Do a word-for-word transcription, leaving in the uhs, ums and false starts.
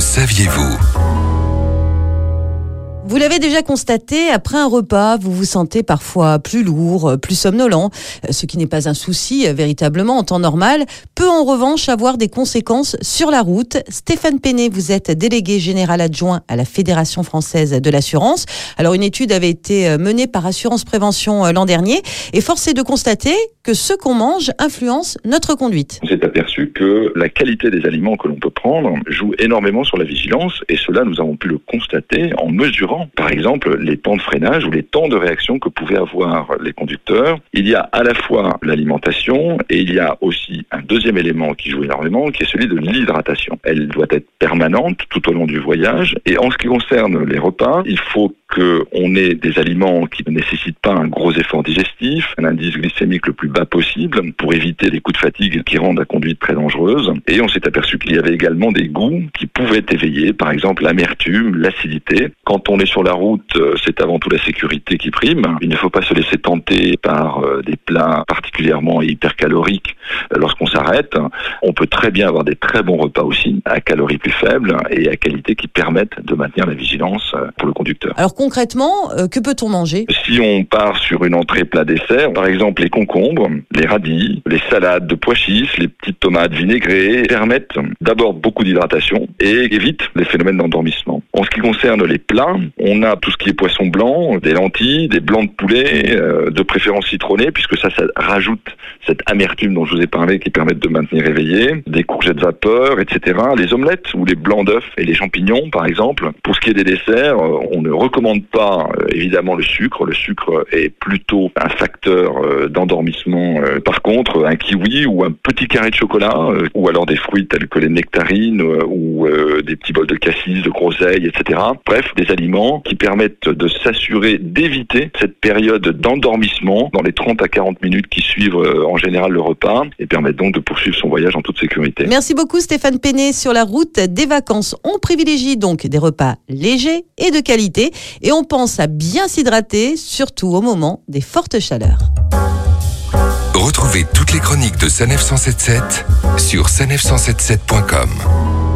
saviez-vous ? Vous l'avez déjà constaté, après un repas, vous vous sentez parfois plus lourd, plus somnolent, ce qui n'est pas un souci véritablement en temps normal, peut en revanche avoir des conséquences sur la route. Stéphane Péné, vous êtes délégué général adjoint à la Fédération française de l'assurance. Alors une étude avait été menée par Assurance Prévention l'an dernier et force est de constater que ce qu'on mange influence notre conduite. On s'est aperçu que la qualité des aliments que l'on peut prendre joue énormément sur la vigilance et cela nous avons pu le constater en mesurant par exemple les temps de freinage ou les temps de réaction que pouvaient avoir les conducteurs. Il y a à la fois l'alimentation et il y a aussi un deuxième élément qui joue énormément, qui est celui de l'hydratation. Elle doit être permanente tout au long du voyage et en ce qui concerne les repas, il faut qu'on ait des aliments qui ne nécessitent pas un gros effort digestif, un indice glycémique le plus bas possible pour éviter les coups de fatigue qui rendent la conduite très dangereuse. Et on s'est aperçu qu'il y avait également des goûts qui pouvaient éveiller, par exemple l'amertume, l'acidité. Quand on est sur la route, c'est avant tout la sécurité qui prime. Il ne faut pas se laisser tenter par des plats particulièrement hypercaloriques lorsqu'on s'arrête. On peut très bien avoir des très bons repas aussi, à calories plus faibles et à qualité qui permettent de maintenir la vigilance pour le conducteur. Alors concrètement, euh, que peut-on manger ? Si on part sur une entrée plat-dessert, par exemple les concombres, les radis, les salades de pois chiches, les petites tomates vinaigrées permettent d'abord beaucoup d'hydratation et évitent les phénomènes d'endormissement. En ce qui concerne les plats, on a tout ce qui est poisson blanc, des lentilles, des blancs de poulet, euh, de préférence citronnés, puisque ça, ça rajoute cette amertume dont je vous ai parlé qui permettent de maintenir éveillé, des courgettes vapeur, et cetera. Les omelettes ou les blancs d'œufs et les champignons, par exemple. Pour ce qui est des desserts, euh, on ne recommande pas euh, évidemment le sucre. Le sucre est plutôt un facteur euh, d'endormissement. Euh, par contre, un kiwi ou un petit carré de chocolat, euh, ou alors des fruits tels que les nectarines euh, ou euh, des petits bols de cassis, de groseilles, et cetera. Bref, des aliments qui permettent de s'assurer d'éviter cette période d'endormissement dans les trente à quarante minutes qui suivent euh, en général le repas et permettent donc de poursuivre son voyage en toute sécurité. Merci beaucoup Stéphane Péné. Sur la route des vacances, on privilégie donc des repas légers et de qualité et on pense à bien s'hydrater, surtout au moment des fortes chaleurs. Retrouvez toutes les chroniques de Sanef cent soixante-dix-sept sur sanef cent soixante-dix-sept point com.